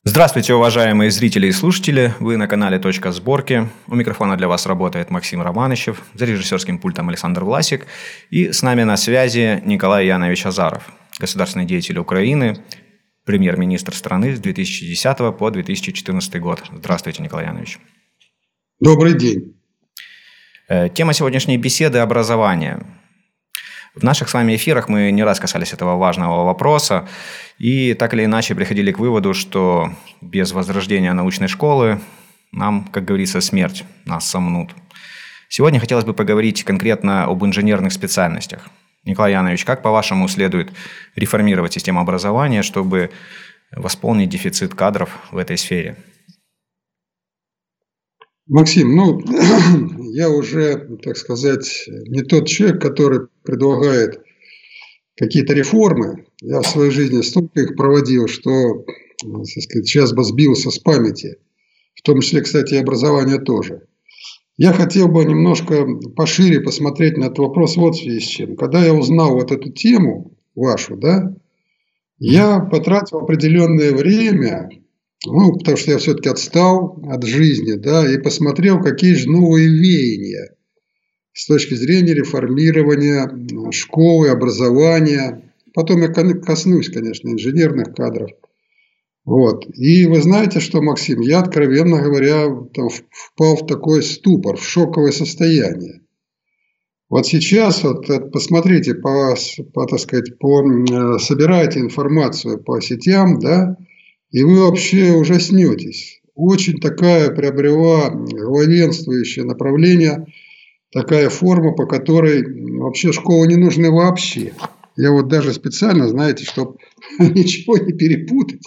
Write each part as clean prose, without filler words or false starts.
Здравствуйте, уважаемые зрители и слушатели. Вы на канале «Точка сборки». У микрофона для вас работает Максим Романычев, за режиссерским пультом Александр Власик. И с нами на связи Николай Янович Азаров, государственный деятель Украины, премьер-министр страны с 2010 по 2014 год. Здравствуйте, Николай Янович. Добрый день. Тема сегодняшней беседы – образование. В наших с вами эфирах мы не раз касались этого важного вопроса и так или иначе приходили к выводу, что без возрождения научной школы нам, как говорится, смерть, нас сомнут. Сегодня хотелось бы поговорить конкретно об инженерных специальностях. Николай Янович, как, по-вашему, следует реформировать систему образования, чтобы восполнить дефицит кадров в этой сфере? Максим, я уже, так сказать, не тот человек, который предлагает какие-то реформы. Я в своей жизни столько их проводил, что, так сказать, сейчас бы сбился с памяти. В том числе, кстати, и образование тоже. Я хотел бы немножко пошире посмотреть на этот вопрос вот в связи с чем. Когда я узнал вот эту тему вашу, я потратил определенное время, потому что я все-таки отстал от жизни, и посмотрел, какие же новые веяния с точки зрения реформирования школы, образования. Потом я коснусь, конечно, инженерных кадров. И вы знаете, что, Максим, я, откровенно говоря, впал в такой ступор, в шоковое состояние. Вот сейчас, посмотрите, собирайте информацию по сетям, и вы вообще ужаснетесь. Очень такая приобрела главенствующее направление, такая форма, по которой вообще школы не нужны вообще. Я вот даже специально, знаете, чтобы ничего не перепутать,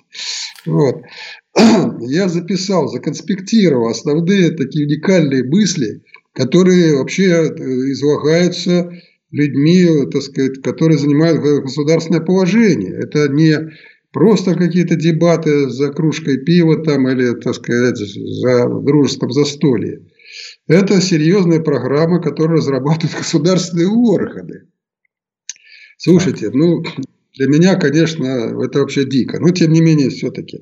я записал, законспектировал основные такие уникальные мысли, которые вообще излагаются людьми, так сказать, которые занимают государственное положение. Это не просто какие-то дебаты за кружкой пива или, так сказать, за дружеском застолье. Это серьезная программа, которую разрабатывают государственные органы. Слушайте, для меня, конечно, это вообще дико. Но, тем не менее, все-таки.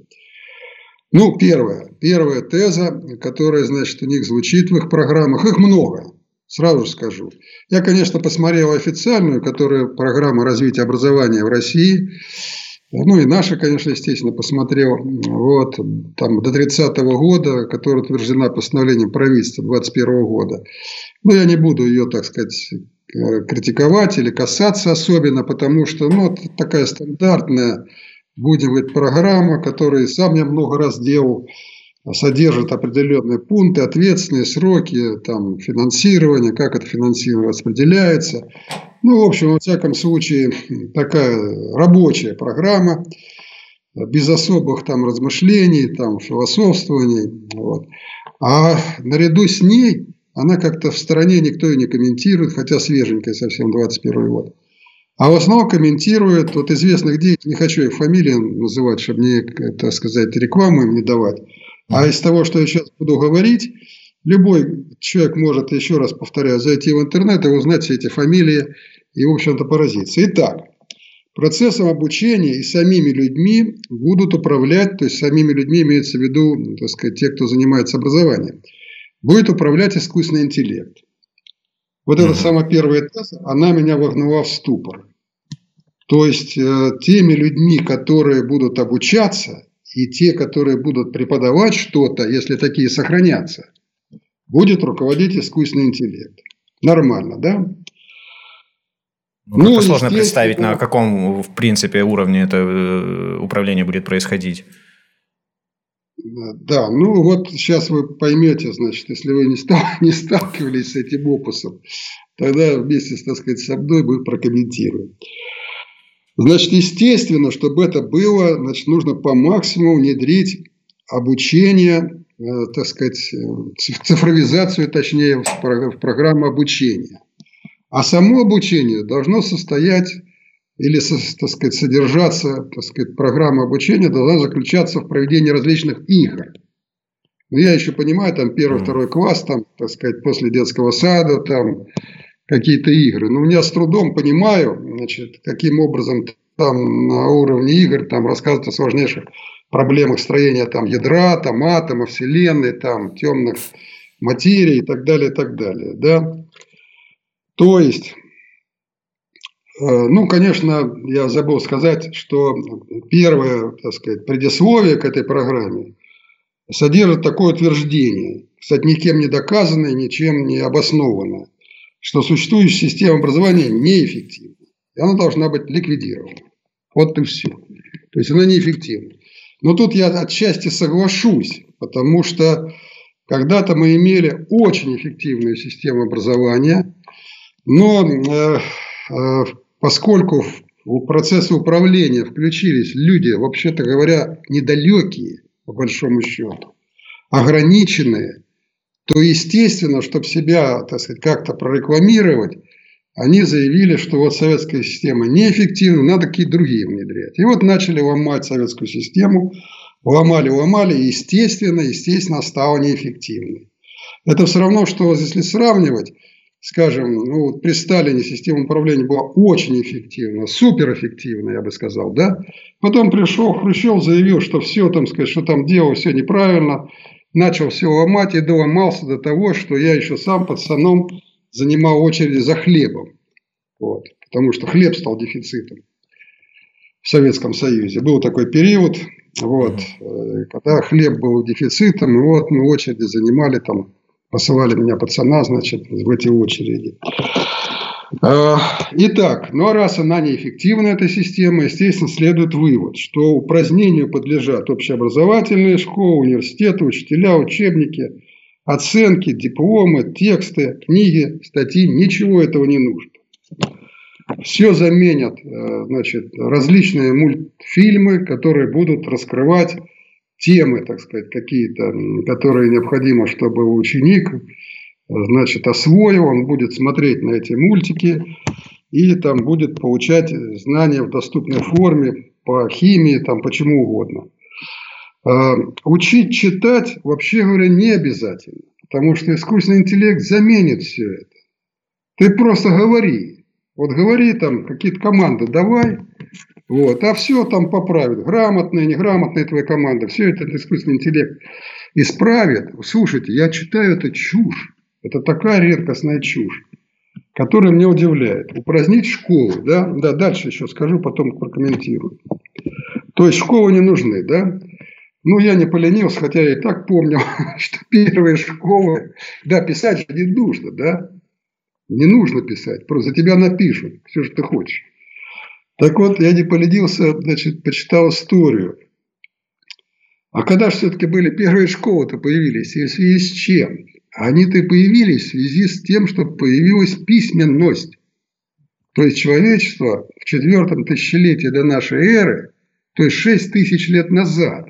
Первая теза, которая, значит, у них звучит в их программах. Их много, сразу же скажу. Я, конечно, посмотрел официальную, которая программа развития образования в России. И наша, конечно, естественно, посмотрел до 30-го года, которая утверждена постановлением правительства 21-го года. Я не буду ее, так сказать, критиковать или касаться особенно, потому что это такая стандартная, будем говорить, программа, которую сам я много раз делал, содержит определенные пункты, ответственные сроки, финансирование, как это финансирование распределяется. В общем, во всяком случае, такая рабочая программа, без особых размышлений, философствований. А наряду с ней, она как-то в стороне никто и не комментирует, хотя свеженькая совсем 21 год. А в основном комментирует известных деятелей, не хочу их фамилии называть, чтобы не, так сказать, рекламу им не давать. А из того, что я сейчас буду говорить, любой человек может, еще раз повторяю, зайти в интернет и узнать все эти фамилии и, в общем-то, поразиться. Итак, процессом обучения и самими людьми будут управлять, то есть самими людьми имеется в виду, так сказать, те, кто занимается образованием, будет управлять искусственный интеллект. Эта самая первая теза, она меня вогнала в ступор. То есть, теми людьми, которые будут обучаться, и те, которые будут преподавать что-то, если такие сохранятся, будет руководить искусственный интеллект. Нормально, да? Как-то сложно представить, на каком, в принципе, уровне это управление будет происходить. Да, сейчас вы поймете, значит, если вы не сталкивались с этим опусом, тогда вместе, так сказать, со мной мы прокомментируем. Значит, естественно, чтобы это было, значит, нужно по максимуму внедрить обучение, так сказать, цифровизацию, точнее, в программу обучения. А само обучение должно состоять или, так сказать, содержаться, так сказать, программа обучения должна заключаться в проведении различных игр. Я еще понимаю, 1-2 класс, так сказать, после детского сада, какие-то игры. Но я с трудом понимаю, значит, каким образом на уровне игр рассказывать о сложнейших проблемах строения там ядра, там атома, вселенной, там темных материй и так далее, да. То есть, ну, конечно, я забыл сказать, что первое, так сказать, предисловие к этой программе содержит такое утверждение, кстати, никем не доказанное, ничем не обоснованное, что существующая система образования неэффективна, и она должна быть ликвидирована. Вот и все. То есть она неэффективна. Но тут я отчасти соглашусь, потому что когда-то мы имели очень эффективную систему образования, но поскольку в процессы управления включились люди, вообще-то говоря, недалекие, по большому счету, ограниченные, то естественно, чтобы себя, так сказать, как-то прорекламировать, они заявили, что вот советская система неэффективна, надо какие-то другие внедрять. И вот начали ломать советскую систему, ломали, и естественно, стала неэффективной. Это все равно, что вот если сравнивать, скажем, ну, при Сталине система управления была очень эффективна, суперэффективна, я бы сказал, да. Потом пришел Хрущев, заявил, что все, там, сказать, что там делал, все неправильно, начал все ломать и доломался до того, что я еще сам пацаном занимал очереди за хлебом. Вот, потому что хлеб стал дефицитом в Советском Союзе. Был такой период, вот, когда хлеб был дефицитом, и вот мы очереди занимали там. Посылали меня пацана, значит, в эти очереди. Итак, ну а раз она неэффективна, эта система, естественно, следует вывод, что упразднению подлежат общеобразовательные школы, университеты, учителя, учебники, оценки, дипломы, тексты, книги, статьи. Ничего этого не нужно. Все заменят, значит, различные мультфильмы, которые будут раскрывать темы, так сказать, какие-то, которые необходимо, чтобы ученик, значит, освоил, он будет смотреть на эти мультики и там будет получать знания в доступной форме по химии, там, по чему угодно. Учить читать, вообще говоря, не обязательно, потому что искусственный интеллект заменит все это. Ты просто говори. Вот говори там, какие-то команды давай, вот, а все там поправит. Грамотные, неграмотные твои команды. Все это искусственный интеллект исправит. Слушайте, я читаю эту чушь. Это такая редкостная чушь, которая меня удивляет. Упразднить школу, да? Да, дальше еще скажу, потом прокомментирую. То есть школы не нужны, да? Ну, я не поленился, хотя я и так помню, что первые школы... Да, писать же не нужно, да? Не нужно писать. Просто за тебя напишут. Все, что ты хочешь. Так вот, я не поленился, значит, почитал историю. А когда же все-таки были первые школы-то появились? И в связи с чем? Они-то и появились в связи с тем, что появилась письменность. То есть человечество в 4-м тысячелетии до нашей эры, то есть 6 тысяч лет назад,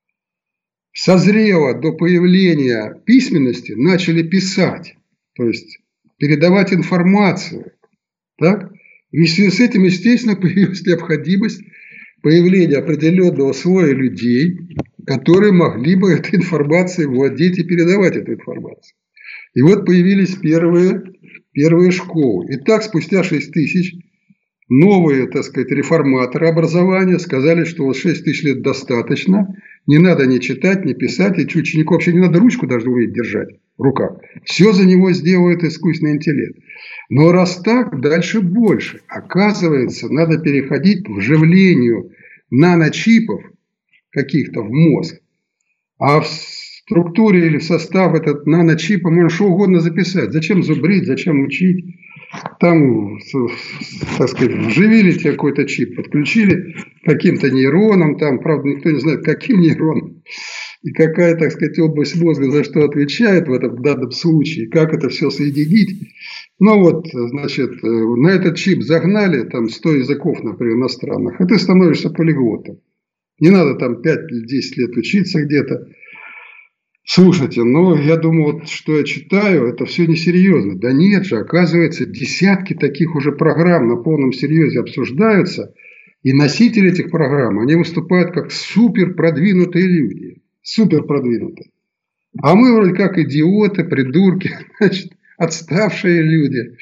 созрело до появления письменности, начали писать. То есть передавать информацию. Так? И в связи с этим, естественно, появилась необходимость появления определенного слоя людей, которые могли бы этой информацией владеть и передавать эту информацию. И вот появились первые школы. И так, спустя 6 тысяч, новые, так сказать, реформаторы образования сказали, что вот 6 тысяч лет достаточно, не надо ни читать, ни писать, и ученику вообще не надо ручку даже уметь держать в руках. Все за него сделает искусственный интеллект. Но раз так, дальше больше. Оказывается, надо переходить к вживлению наночипов каких-то в мозг. А в структуре или в состав этот наночипа можно что угодно записать. Зачем зубрить, зачем учить? Там, так сказать, вживили тебе какой-то чип, подключили каким-то нейроном, там, правда, никто не знает, каким нейроном, и какая, так сказать, область мозга за что отвечает в этом данном случае, как это все соединить. Ну вот, значит, на этот чип загнали там 100 языков, например, иностранных, и ты становишься полиглотом. Не надо там 5-10 лет учиться где-то. Слушайте, ну, я думаю, вот, что я читаю, это все несерьезно. Да нет же, оказывается, десятки таких уже программ на полном серьезе обсуждаются, и носители этих программ, они выступают как супер продвинутые люди. Супер продвинутые. А мы вроде как идиоты, придурки, значит, отставшие люди.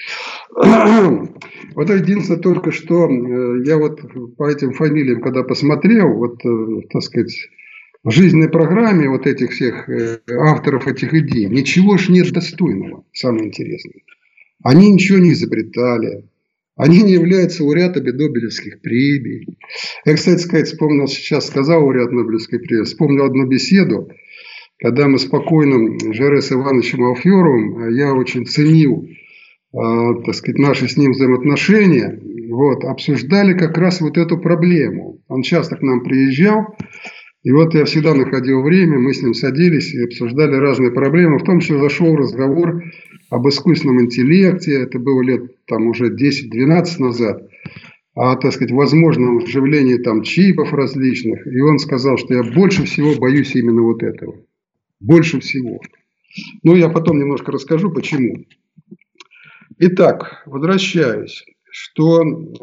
Вот единственное только, что я вот по этим фамилиям, когда посмотрел, вот, так сказать, В жизненной программе вот этих всех авторов этих идей ничего ж нет достойного, самое интересное. Они ничего не изобретали. Они не являются лауреатами Нобелевских премий. Я, кстати сказать, вспомнил сейчас, сказал лауреат Нобелевской премии, вспомнил одну беседу, когда мы с покойным Жарес Ивановичем Алферовым, я очень ценил, так сказать, наши с ним взаимоотношения, вот, обсуждали как раз вот эту проблему. Он часто к нам приезжал, и вот я всегда находил время, мы с ним садились и обсуждали разные проблемы, в том числе зашел разговор об искусственном интеллекте, это было лет там уже 10-12 назад, о, так сказать, возможном вживлении там чипов различных, и он сказал, что я больше всего боюсь именно вот этого, больше всего. Ну, я потом немножко расскажу, почему. Итак, возвращаюсь, что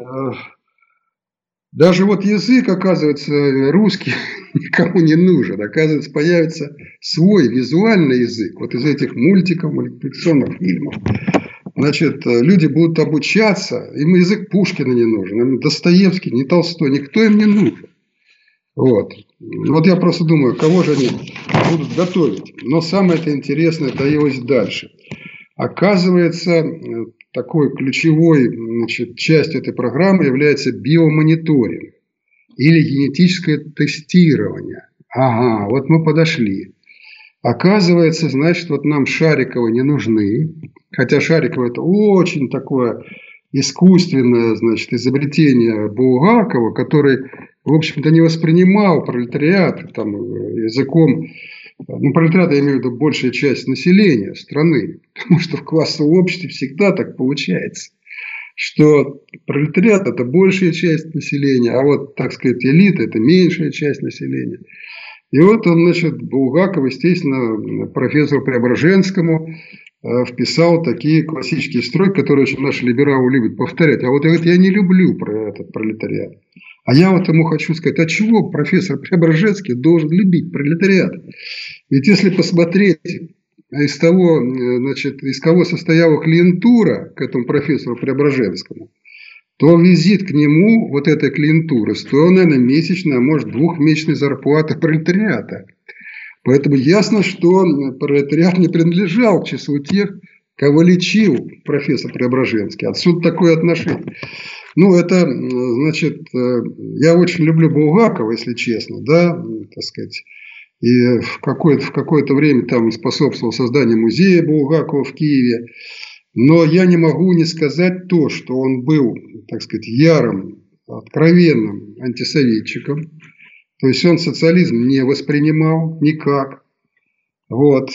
даже вот язык, оказывается, русский никому не нужен. Оказывается, появится свой визуальный язык. Вот из этих мультиков, мультипликационных фильмов. Значит, люди будут обучаться. Им язык Пушкина не нужен. Им Достоевский, не Толстой. Никто им не нужен. Вот. Вот я просто думаю, кого же они будут готовить. Но самое-то интересное таилось дальше. Оказывается, такой ключевой, значит, частью этой программы является биомониторинг или генетическое тестирование. Ага, вот мы подошли. Оказывается, значит, вот нам Шариковы не нужны. Хотя Шариковы это очень такое искусственное, значит, изобретение Булгакова, который, в общем-то, не воспринимал пролетариат там, языком. Ну, пролетариат, я имею в виду большая часть населения страны. Потому что в классовом обществе всегда так получается, что пролетариат – это большая часть населения, а вот, так сказать, элита – это меньшая часть населения. И вот он, значит, Булгаков, естественно, профессору Преображенскому вписал такие классические строки, которые очень наши либералы любят повторять. А вот я не люблю про этот пролетариат. А я вот ему хочу сказать, а чего профессор Преображенский должен любить пролетариат? Ведь если посмотреть из того, значит, из кого состояла клиентура к этому профессору Преображенскому, то визит к нему, вот этой клиентуры, стоил, наверное, месячной, а может, двухмесячной зарплаты пролетариата. Поэтому ясно, что пролетариат не принадлежал к числу тех, кого лечил профессор Преображенский. Отсюда такое отношение. Ну, это, значит, я очень люблю Булгакова, если честно, да, так сказать. И в какое-то время там способствовал созданию музея Булгакова в Киеве. Но я не могу не сказать то, что он был, так сказать, ярым, откровенным антисоветчиком. То есть он социализм не воспринимал никак. Вот.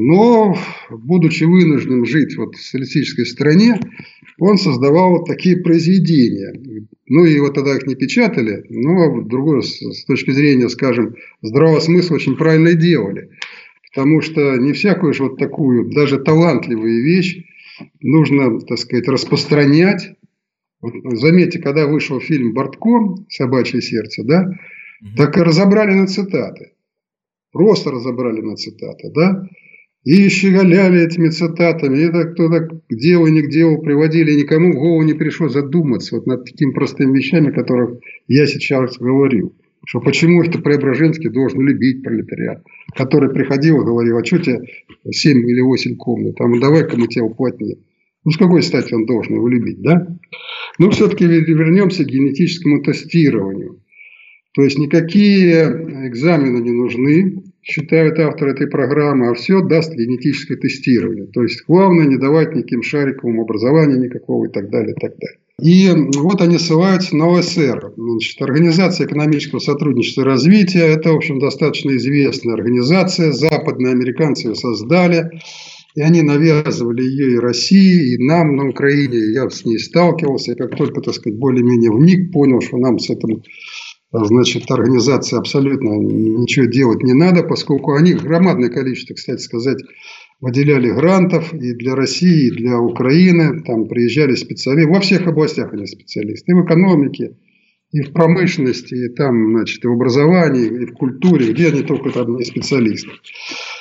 Но, будучи вынужден жить вот в социалистической стране, он создавал вот такие произведения. Ну, и вот тогда их не печатали, но другое, с точки зрения, скажем, здравого смысла очень правильно делали. Потому что не всякую же вот такую, даже талантливую вещь нужно, так сказать, распространять. Вот, заметьте, когда вышел фильм «Бортко. Собачье сердце», да, так и разобрали на цитаты. Просто разобрали на цитаты, да. И щеголяли этими цитатами. И так кто-то к делу и не к делу приводили. И никому в голову не пришло задуматься вот над такими простыми вещами, о которых я сейчас говорил. Что почему это Преображенский должен любить пролетариат, который приходил и говорил, а что тебе 7 или 8 комнат, там, давай-ка мы тебе уплотним. Ну, с какой стати он должен его любить, да? Ну, все-таки вернемся к генетическому тестированию. То есть, никакие экзамены не нужны, считают авторы этой программы, а все даст генетическое тестирование. То есть, главное не давать никаким Шариковым образования никакого и так далее, и так далее. И вот они ссылаются на ОСР. Значит, Организация экономического сотрудничества и развития. Это, в общем, достаточно известная организация. Западные американцы ее создали. И они навязывали ее и России, и нам на Украине. Я с ней сталкивался. И как только, так сказать, более-менее вник, понял, что нам с этим, значит, организацией абсолютно ничего делать не надо, поскольку они громадное количество, кстати сказать, выделяли грантов и для России, и для Украины. Там приезжали специалисты. Во всех областях они специалисты. И в экономике, и в промышленности, и там, значит, и в образовании, и в культуре. Где они только там не специалисты.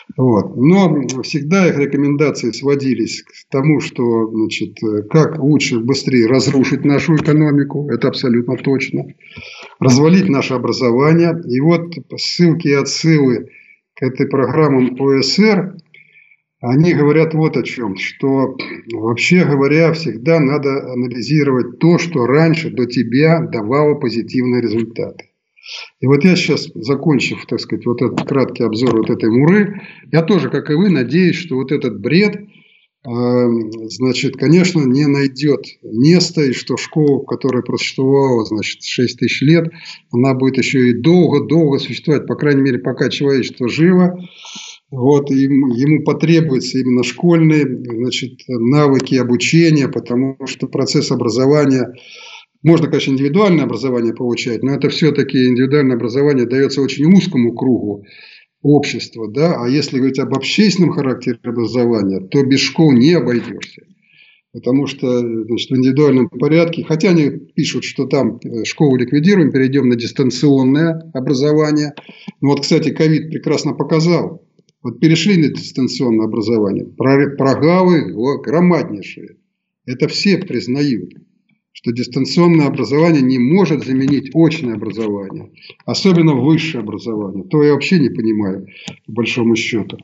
Вот. Но всегда их рекомендации сводились к тому, что, значит, как лучше, быстрее разрушить нашу экономику, это абсолютно точно, развалить наше образование. И вот ссылки и отсылы к этой программе ОСР, они говорят вот о чем, что, вообще говоря, всегда надо анализировать то, что раньше до тебя давало позитивные результаты. И вот я сейчас, закончив, так сказать, вот этот краткий обзор вот этой муры, я тоже, как и вы, надеюсь, что вот этот бред, значит, конечно, не найдет места, и что школа, которая просуществовала, значит, 6 тысяч лет, она будет еще и долго-долго существовать, по крайней мере, пока человечество живо. Вот, ему потребуются именно школьные, значит, навыки обучения, потому что процесс образования, можно, конечно, индивидуальное образование получать, но это все-таки индивидуальное образование дается очень узкому кругу общества, да, а если говорить об общественном характере образования, то без школ не обойдешься. Потому что, значит, в индивидуальном порядке, хотя они пишут, что там школу ликвидируем, перейдем на дистанционное образование. Но вот, кстати, ковид прекрасно показал. Вот перешли на дистанционное образование. Прогавы громаднейшие. Это все признают, что дистанционное образование не может заменить очное образование. Особенно высшее образование. То я вообще не понимаю, по большому счету.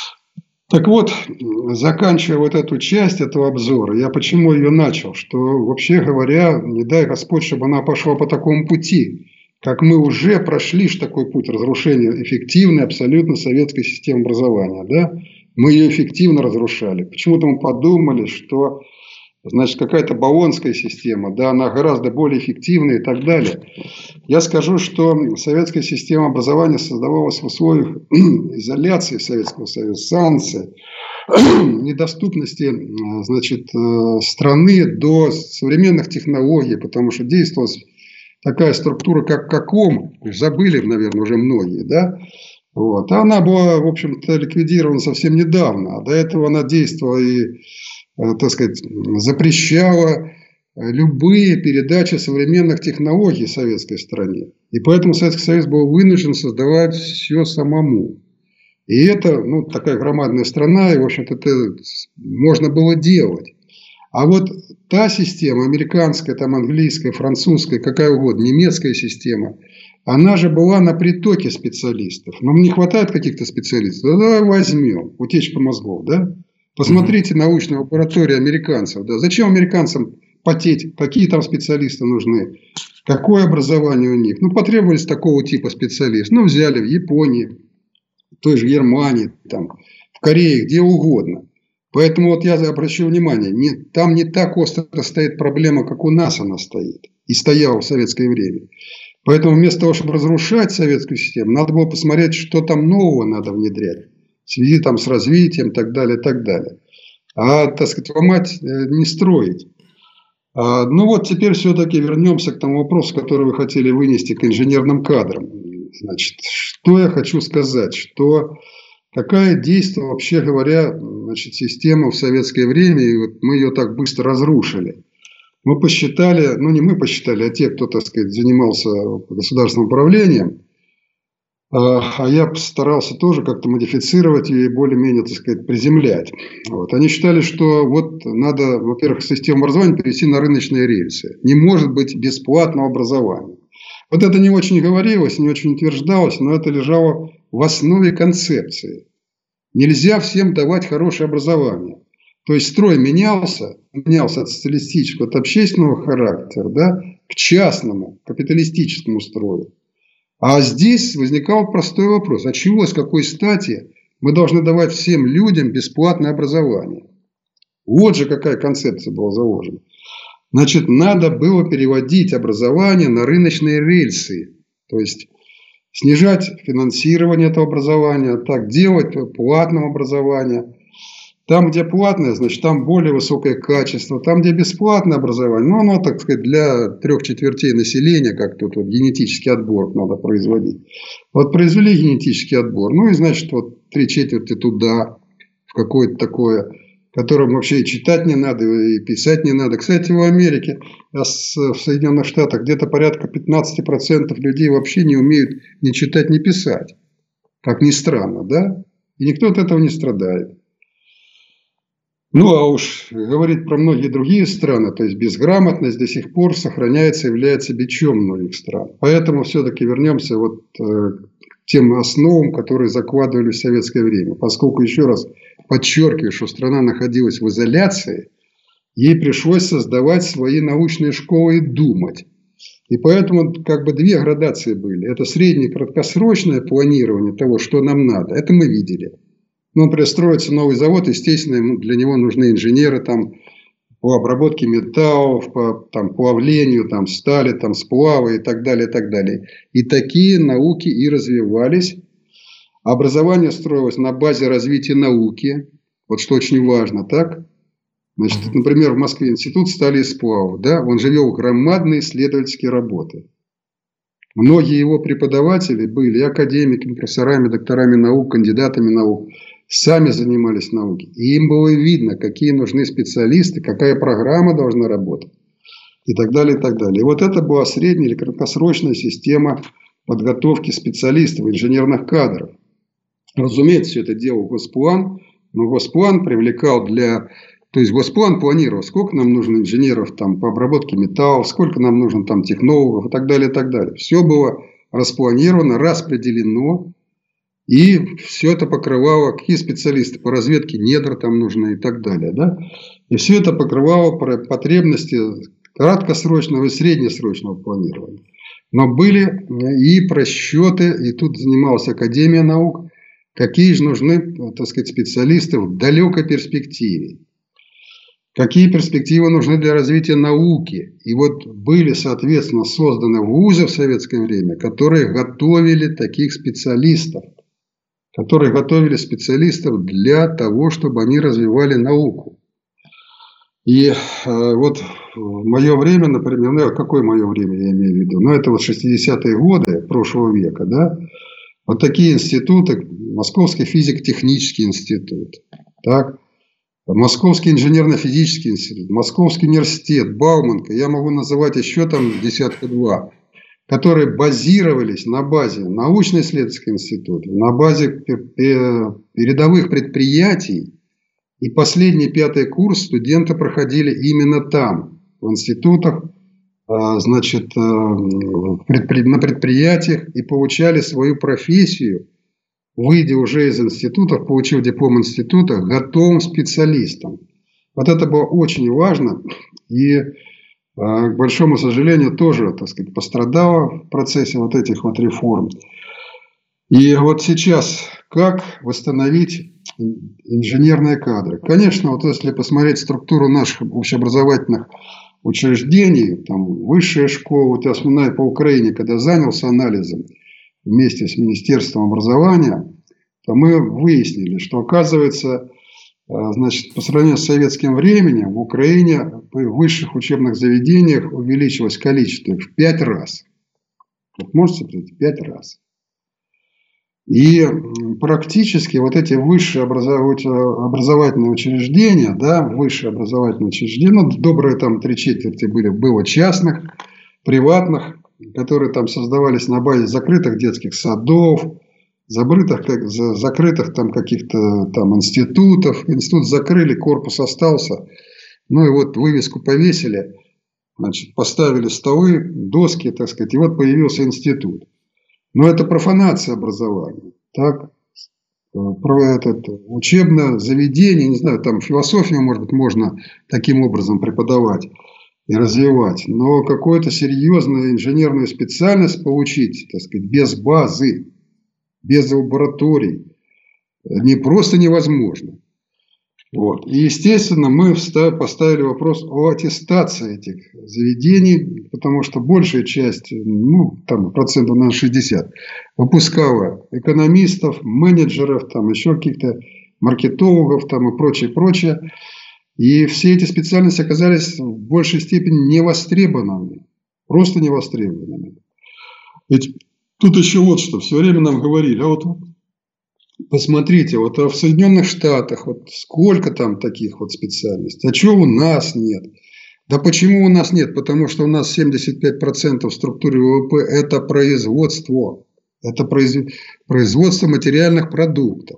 Так вот, заканчивая вот эту часть этого обзора, я почему ее начал? Что, вообще говоря, не дай Господь, чтобы она пошла по такому пути, как мы уже прошли такой путь разрушения эффективной абсолютно советской системы образования. Да? Мы ее эффективно разрушали. Почему-то мы подумали, что, значит, какая-то болонская система, да, она гораздо более эффективная и так далее. Я скажу, что советская система образования создавалась в условиях изоляции Советского Союза, санкций, недоступности, значит, страны до современных технологий, потому что действовала такая структура, как КОКОМ, забыли, наверное, уже многие, да? Вот. А она была, в общем-то, ликвидирована совсем недавно. А до этого она действовала и, так сказать, запрещала любые передачи современных технологий в советской стране. И поэтому Советский Союз был вынужден создавать все самому. И это, ну, такая громадная страна, и, в общем-то, это можно было делать. А вот та система, американская, там, английская, французская, какая угодно, немецкая система, она же была на притоке специалистов. Нам не хватает каких-то специалистов? Да, давай возьмем. Утечка мозгов, да? Посмотрите научные лаборатории американцев. Да? Зачем американцам потеть? Какие там специалисты нужны? Какое образование у них? Ну, потребовались такого типа специалистов. Ну, взяли в Японии, в той же Германии, там, в Корее, где угодно. Поэтому вот я обращу внимание, там не так остро стоит проблема, как у нас она стоит. И стояла в советское время. Поэтому вместо того, чтобы разрушать советскую систему, надо было посмотреть, что там нового надо внедрять. В связи там с развитием и так далее, и так далее. А, так сказать, ломать, не строить. Ну вот теперь все-таки вернемся к тому вопросу, который вы хотели вынести к инженерным кадрам. Значит, что я хочу сказать, что какая действовала, вообще говоря, значит, система в советское время, и вот мы ее так быстро разрушили. Мы посчитали, ну не мы посчитали, а те, кто, так сказать, занимался государственным управлением, а я постарался тоже как-то модифицировать и более-менее, так сказать, приземлять. Вот. Они считали, что вот надо, во-первых, систему образования перевести на рыночные рельсы. Не может быть бесплатного образования. Вот это не очень говорилось, не очень утверждалось, но это лежало в основе концепции. Нельзя всем давать хорошее образование. То есть строй менялся от социалистического, от общественного характера, да, к частному, капиталистическому строю. А здесь возникал простой вопрос. А чего, с какой стати мы должны давать всем людям бесплатное образование? Вот же какая концепция была заложена. Значит, надо было переводить образование на рыночные рельсы. То есть снижать финансирование этого образования, так делать платным образование. Там, где платное, значит, там более высокое качество. Там, где бесплатное образование, ну, оно, так сказать, для 3/4 населения, как тут вот генетический отбор надо производить. Вот произвели генетический отбор, ну, и, значит, вот 3/4 туда, в какое-то такое, которым вообще и читать не надо, и писать не надо. Кстати, в Америке, в Соединенных Штатах, где-то порядка 15% людей вообще не умеют ни читать, ни писать. Как ни странно, да? И никто от этого не страдает. Ну, а уж говорить про многие другие страны, то есть безграмотность до сих пор сохраняется, является бичом многих стран. Поэтому все-таки вернемся к тем основам, которые закладывали в советское время. Поскольку, еще раз подчеркиваю, что страна находилась в изоляции, ей пришлось создавать свои научные школы и думать. И поэтому две градации были. Это среднее краткосрочное планирование того, что нам надо. Это мы видели. Например, строится новый завод, естественно, для него нужны инженеры по обработке металлов, по плавлению стали, сплава и так далее, и так далее. И такие науки и развивались. Образование строилось на базе развития науки. Вот что очень важно, так? Значит, например, в Москве институт стали из сплавов, да? Он же вел громадные исследовательские работы. Многие его преподаватели были академиками, профессорами, докторами наук, кандидатами наук. Сами занимались наукой. И им было видно, какие нужны специалисты, какая программа должна работать. И так далее, и так далее. И вот это была средняя или краткосрочная система подготовки специалистов, инженерных кадров. Разумеется, все это делал Госплан. Но Госплан привлекал То есть Госплан планировал, сколько нам нужно инженеров по обработке металлов, сколько нам нужно технологов и так далее, и так далее. Все было распланировано, распределено. И все это покрывало, какие специалисты по разведке недр нужны и так далее. Да? И все это покрывало потребности краткосрочного и среднесрочного планирования. Но были и просчеты, и тут занималась Академия наук, какие же нужны, специалисты в далекой перспективе. Какие перспективы нужны для развития науки. И вот были, соответственно, созданы вузы в советское время, которые готовили таких специалистов. Которые готовили специалистов для того, чтобы они развивали науку. И вот в мое время, например, какое мое время я имею в виду? Это 60-е годы прошлого века, да? Вот такие институты, Московский физико-технический институт, так? Московский инженерно-физический институт, Московский университет, Бауманка, я могу называть еще десятка-два, которые базировались на базе научно-исследовательских институтов, на базе передовых предприятий. И последний 5-й курс студенты проходили именно там, в институтах, на предприятиях, и получали свою профессию, выйдя уже из институтов, получив диплом института, готовым специалистом. Вот это было очень важно. И, к большому сожалению, тоже, пострадало в процессе этих реформ. И вот сейчас, как восстановить инженерные кадры? Конечно, если посмотреть структуру наших общеобразовательных учреждений, высшая школа, я вспоминаю по Украине, когда занялся анализом вместе с Министерством образования, то мы выяснили, что, оказывается, по сравнению с советским временем, в Украине в высших учебных заведениях увеличилось количество в 5 раз. Вот можете представить, 5 раз. И практически эти высшие образовательные учреждения, добрые 3/4 было частных, приватных, которые создавались на базе закрытых детских садов, закрытых каких-то институтов. Институт закрыли, корпус остался. Вывеску повесили, поставили столы, доски, и вот появился институт. Но это профанация образования. Так? Про учебное заведение, не знаю, философию, может быть, можно таким образом преподавать и развивать. Но какую-то серьезную инженерную специальность получить, без базы, без лабораторий, не просто невозможно. И, естественно, мы поставили вопрос о аттестации этих заведений, потому что большая часть, процентов на 60, выпускала экономистов, менеджеров, еще каких-то маркетологов и прочее, прочее. И все эти специальности оказались в большей степени невостребованными. Просто невостребованными. Ведь тут еще что. Все время нам говорили, посмотрите, в Соединенных Штатах сколько таких специальностей. А чего у нас нет? Да почему у нас нет? Потому что у нас 75% в структуре ВВП – это производство. Это производство материальных продуктов.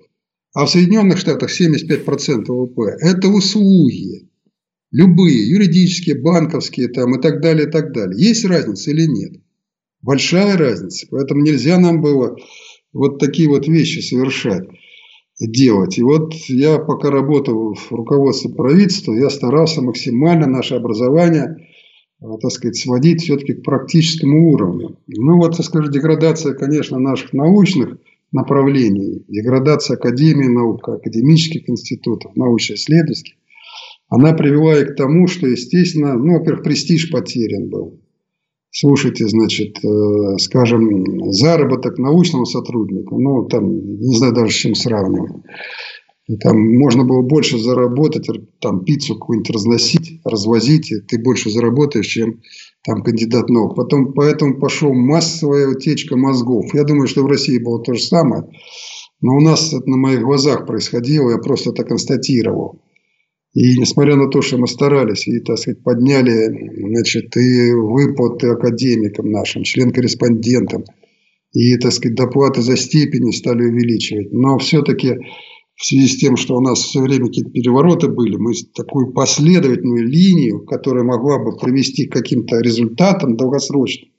А в Соединенных Штатах 75% ВВП – это услуги. Любые, юридические, банковские там, и так далее, и так далее. Есть разница или нет? Большая разница. Поэтому нельзя нам было вот такие вот вещи совершать, делать. И вот я пока работал в руководстве правительства, я старался максимально наше образование, так сказать, сводить все-таки к практическому уровню. Ну вот, так скажем, деградация, конечно, наших научных направлений, деградация академии наук, академических институтов, научно-исследовательских, она привела и к тому, что, естественно, ну, во-первых, престиж потерян был. Слушайте, значит, скажем, заработок научного сотрудника, ну, там, не знаю даже с чем сравнивать. Там можно было больше заработать, там, пиццу какую-нибудь разносить, развозить, и ты больше заработаешь, чем там кандидат наук. Потом, поэтому пошла массовая утечка мозгов. Я думаю, что в России было то же самое, но у нас это на моих глазах происходило, я просто это констатировал. И несмотря на то, что мы старались и, так сказать, подняли, значит, и выплаты академикам нашим, член-корреспондентам, и, так сказать, доплаты за степени стали увеличивать. Но все-таки в связи с тем, что у нас все время какие-то перевороты были, мы такую последовательную линию, которая могла бы привести к каким-то результатам долгосрочным.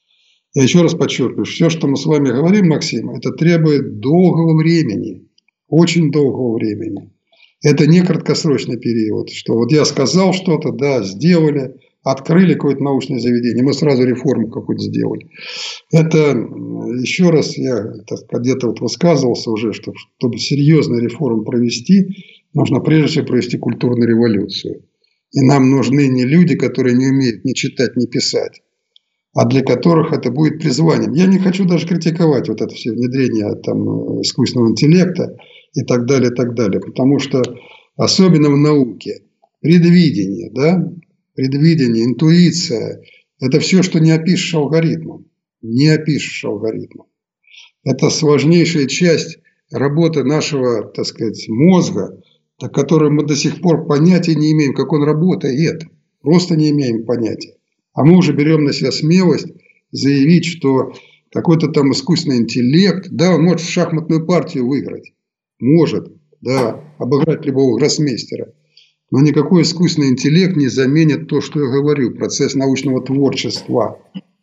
Я еще раз подчеркиваю, все, что мы с вами говорим, Максим, это требует долгого времени, очень долгого времени. Это не краткосрочный период, что вот я сказал что-то, да, сделали, открыли какое-то научное заведение, мы сразу реформу какую-то сделали. Это, еще раз, я где-то вот высказывался уже, что чтобы серьезную реформу провести, нужно прежде всего провести культурную революцию. И нам нужны не люди, которые не умеют ни читать, ни писать, а для которых это будет призванием. Я не хочу даже критиковать вот это все внедрение там, искусственного интеллекта и так далее, потому что особенно в науке предвидение, да, предвидение, интуиция – это все, что не опишешь алгоритмом. Не опишешь алгоритмом. Это сложнейшая часть работы нашего, так сказать, мозга, о котором мы до сих пор понятия не имеем, как он работает. Просто не имеем понятия. А мы уже берем на себя смелость заявить, что какой-то там искусственный интеллект, да, он может в шахматную партию выиграть. Может, да, обыграть любого гроссмейстера. Но никакой искусственный интеллект не заменит то, что я говорю, процесс научного творчества.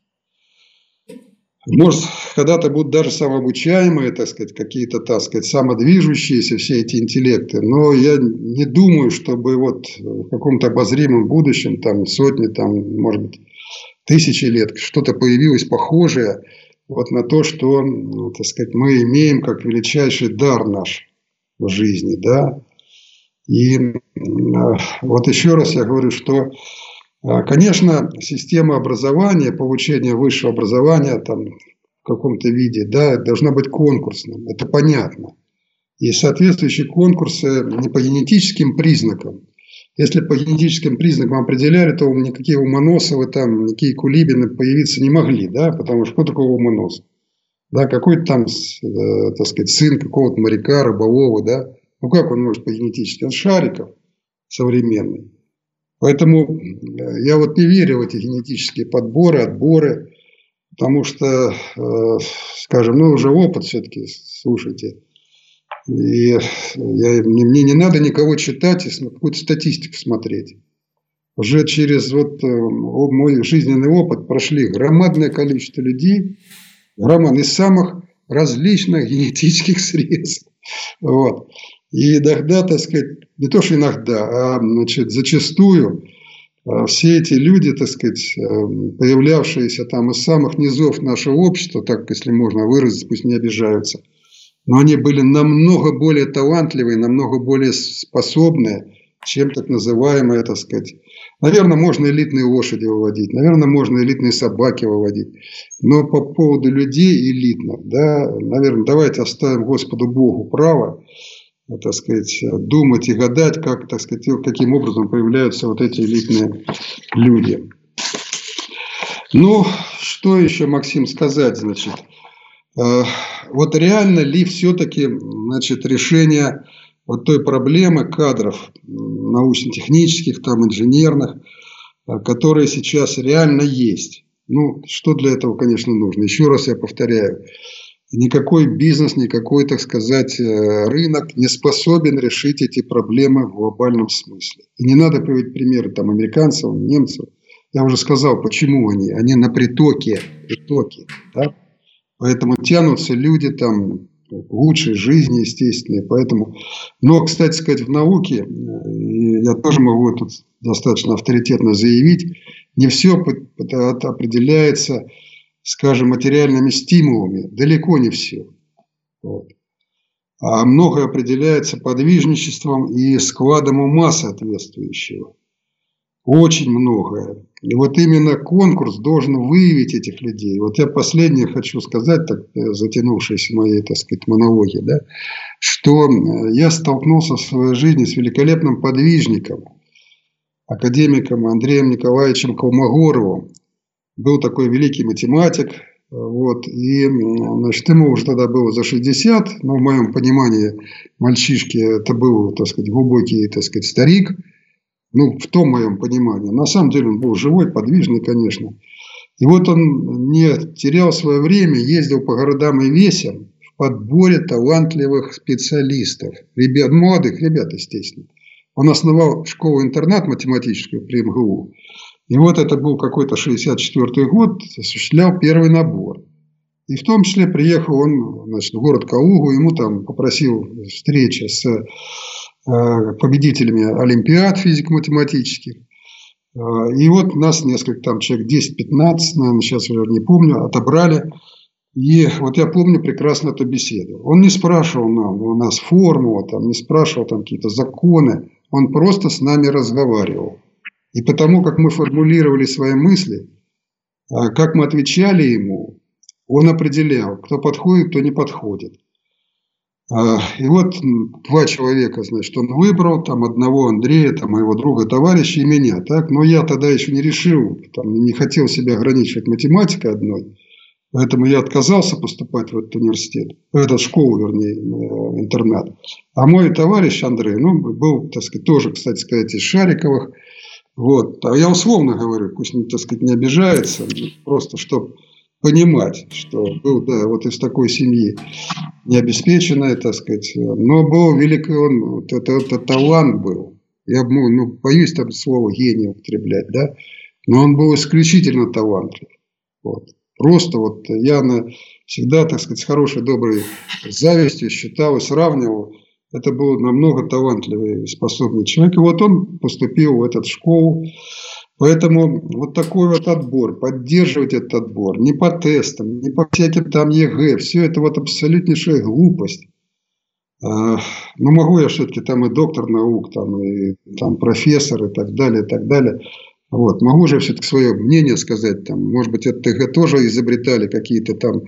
Может, когда-то будут даже самообучаемые, так сказать, какие-то, так сказать, самодвижущиеся все эти интеллекты. Но я не думаю, чтобы вот в каком-то обозримом будущем, там, сотни, там, может быть, тысячи лет, что-то появилось похожее вот на то, что, так сказать, мы имеем как величайший дар наш в жизни, да. И вот еще раз я говорю, что, конечно, система образования, получения высшего образования там, в каком-то виде, да, должна быть конкурсным, это понятно. И соответствующие конкурсы не по генетическим признакам. Если по генетическим признакам определяли, то никакие Ломоносовы, там, никакие Кулибины появиться не могли, да, потому что такое Ломоносов? Да, какой-то там, так сказать, сын какого-то моряка, рыболова, да. Ну, как он может по генетически? Он Шариков современный. Поэтому я вот не верю в эти генетические подборы, отборы, потому что, скажем, ну, уже опыт все-таки, слушайте. И мне не надо никого читать и какую-то статистику смотреть. Уже через вот мой жизненный опыт прошли громадное количество людей, из самых различных генетических срезов. Вот. И иногда, так сказать, не то что иногда, а значит, зачастую все эти люди, так сказать, появлявшиеся там из самых низов нашего общества, так, если можно выразить, пусть не обижаются, но они были намного более талантливые, намного более способные, чем так называемые, так сказать, наверное, можно элитные лошади выводить, наверное, можно элитные собаки выводить, но по поводу людей элитных, да, наверное, давайте оставим Господу Богу право, так сказать, думать и гадать, как, так сказать, каким образом появляются вот эти элитные люди. Ну, что еще, Максим, сказать, значит? Вот реально ли все-таки, значит, решение вот той проблемы кадров научно-технических, там, инженерных, которые сейчас реально есть? Ну, что для этого, конечно, нужно? Еще раз я повторяю. И никакой бизнес, никакой, так сказать, рынок не способен решить эти проблемы в глобальном смысле. И не надо приводить примеры там, американцев, немцев. Я уже сказал, почему они. Они на притоке. Да? Поэтому тянутся люди там к лучшей жизни, естественно. Поэтому... Но, кстати сказать, в науке, я тоже могу тут достаточно авторитетно заявить, не все определяется, скажем, материальными стимулами. Далеко не все. Вот. А многое определяется подвижничеством и складом ума соответствующего. Очень многое. И вот именно конкурс должен выявить этих людей. Вот я последнее хочу сказать, так затянувшись в моей, так сказать, монологии, да, что я столкнулся в своей жизни с великолепным подвижником, академиком Андреем Николаевичем Колмогоровым. Был такой великий математик, вот, и, значит, ему уже тогда было за 60, но в моем понимании мальчишки это был, так сказать, глубокий, так сказать, старик, ну, в том моем понимании. На самом деле он был живой, подвижный, конечно. И вот он не терял свое время, ездил по городам и весям в подборе талантливых специалистов, ребят, молодых ребят, естественно. Он основал школу-интернат математическую при МГУ. И вот это был какой-то 64-й год, осуществлял первый набор. И в том числе приехал он, значит, в город Калугу, ему там попросил встречи с победителями олимпиад физико-математических. И вот нас несколько, там человек 10-15, наверное, сейчас уже не помню, отобрали. И вот я помню прекрасно эту беседу. Он не спрашивал у нас формулу, там, не спрашивал там какие-то законы, он просто с нами разговаривал. И потому, как мы формулировали свои мысли, как мы отвечали ему, он определял, кто подходит, кто не подходит. И вот 2 человека, значит, он выбрал, там одного Андрея, там моего друга, товарища и меня, так? Но я тогда еще не решил, там, не хотел себя ограничивать математикой одной, поэтому я отказался поступать в этот университет, в эту школу, вернее, интернат. А мой товарищ Андрей, ну, был, так сказать, тоже, кстати сказать, из Шариковых, вот. А я условно говорю, пусть, так сказать, не обижается, просто чтобы понимать, что был, да, вот из такой семьи необеспеченной, так сказать, но был великий он, вот это талант был. Я боюсь там слово гений употреблять, да, но он был исключительно талантлив. Вот. Просто вот я всегда, так сказать, с хорошей, доброй завистью считал и сравнивал. Это был намного талантливый и способный человек. И вот он поступил в эту школу. Поэтому вот такой вот отбор, поддерживать этот отбор, не по тестам, не по всяким там ЕГЭ, все это вот абсолютнейшая глупость. Но могу я все-таки там и доктор наук, там и там профессор и так далее, и так далее. Вот. Могу же все-таки свое мнение сказать, там, может быть, это ТГ тоже изобретали какие-то там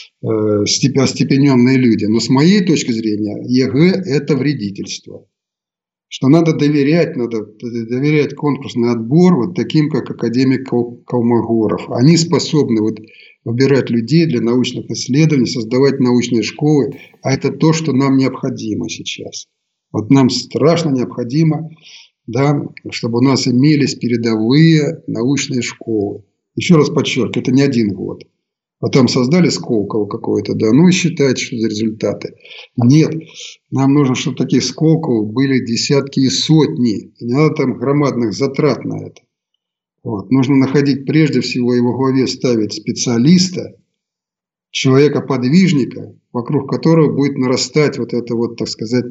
остепененные люди. Но с моей точки зрения, ЕГЭ – это вредительство. Что надо доверять конкурсный отбор вот таким, как академик Колмогоров. Они способны вот выбирать людей для научных исследований, создавать научные школы. А это то, что нам необходимо сейчас. Вот нам страшно необходимо, да, чтобы у нас имелись передовые научные школы. Еще раз подчеркиваю, это не 1 год. А там создали Сколково какое-то, да, ну и считайте, что за результаты. Нет, нам нужно, чтобы таких Сколково были десятки и сотни. И не надо там громадных затрат на это. Вот. Нужно находить прежде всего и во главе ставить специалиста, человека-подвижника, вокруг которого будет нарастать вот это вот, так сказать,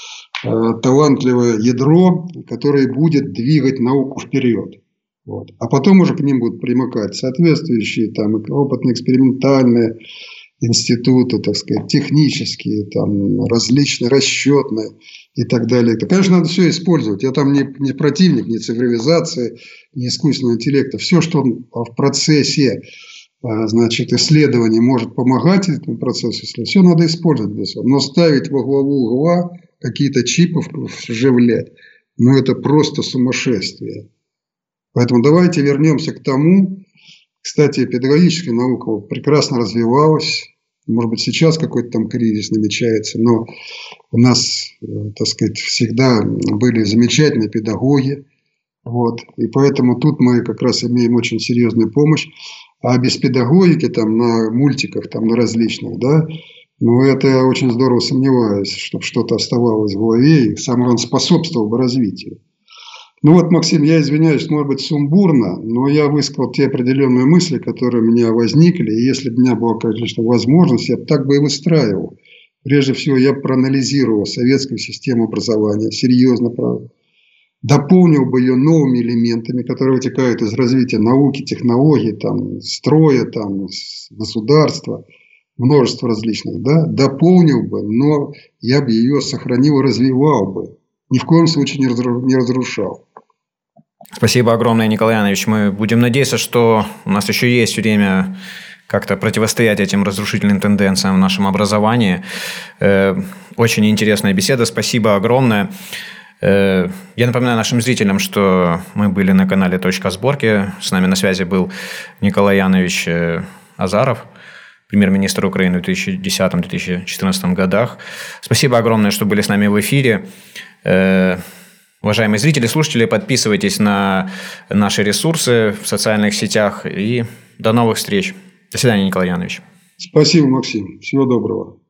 талантливое ядро, которое будет двигать науку вперед. Вот. А потом уже к ним будут примыкать соответствующие там опытно-экспериментальные институты, так сказать, технические, там, различные, расчетные и так далее. Это, конечно, надо все использовать. Я там не противник ни цифровизации, ни искусственного интеллекта. Все, что в процессе, значит, исследований может помогать этому процессу, все надо использовать. Но ставить во главу угла какие-то чипы вживлять, ну это просто сумасшествие. Поэтому давайте вернемся к тому. Кстати, педагогическая наука прекрасно развивалась. Может быть, сейчас какой-то там кризис намечается, но у нас, так сказать, всегда были замечательные педагоги. Вот. И поэтому тут мы как раз имеем очень серьезную помощь. А без педагогики, там, на мультиках, там, на различных, да, ну, это я очень здорово сомневаюсь, чтобы что-то оставалось в голове и сам он способствовал бы развитию. Ну вот, Максим, я извиняюсь, может быть, сумбурно, но я высказал те определенные мысли, которые у меня возникли. И если бы у меня была, конечно, возможность, я бы так бы и выстраивал. Прежде всего, я бы проанализировал советскую систему образования, серьезно дополнил бы ее новыми элементами, которые вытекают из развития науки, технологий, там, строя, там, государства, множество различных, да, дополнил бы, но я бы ее сохранил и развивал бы. Ни в коем случае не разрушал. Спасибо огромное, Николай Янович. Мы будем надеяться, что у нас еще есть время как-то противостоять этим разрушительным тенденциям в нашем образовании. Очень интересная беседа. Спасибо огромное. Я напоминаю нашим зрителям, что мы были на канале «Точка сборки». С нами на связи был Николай Янович Азаров, премьер-министр Украины в 2010-2014 годах. Спасибо огромное, что были с нами в эфире. Уважаемые зрители, слушатели, подписывайтесь на наши ресурсы в социальных сетях. И до новых встреч. До свидания, Николай Янович. Спасибо, Максим. Всего доброго.